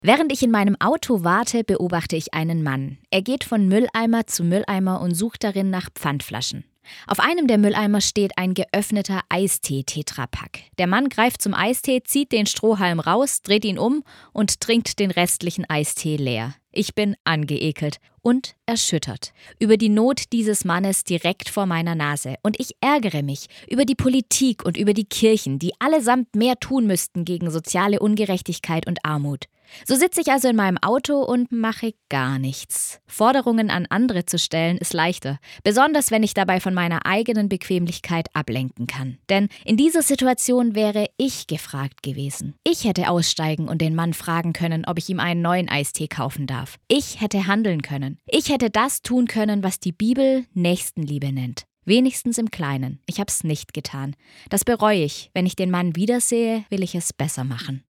Während ich in meinem Auto warte, beobachte ich einen Mann. Er geht von Mülleimer zu Mülleimer und sucht darin nach Pfandflaschen. Auf einem der Mülleimer steht ein geöffneter Eistee-Tetrapack. Der Mann greift zum Eistee, zieht den Strohhalm raus, dreht ihn um und trinkt den restlichen Eistee leer. Ich bin angeekelt und erschüttert über die Not dieses Mannes direkt vor meiner Nase. Und ich ärgere mich über die Politik und über die Kirchen, die allesamt mehr tun müssten gegen soziale Ungerechtigkeit und Armut. So sitze ich also in meinem Auto und mache gar nichts. Forderungen an andere zu stellen ist leichter, besonders wenn ich dabei von meiner eigenen Bequemlichkeit ablenken kann. Denn in dieser Situation wäre ich gefragt gewesen. Ich hätte aussteigen und den Mann fragen können, ob ich ihm einen neuen Eistee kaufen darf. Ich hätte handeln können. Ich hätte das tun können, was die Bibel Nächstenliebe nennt. Wenigstens im Kleinen. Ich hab's nicht getan. Das bereue ich. Wenn ich den Mann wiedersehe, will ich es besser machen.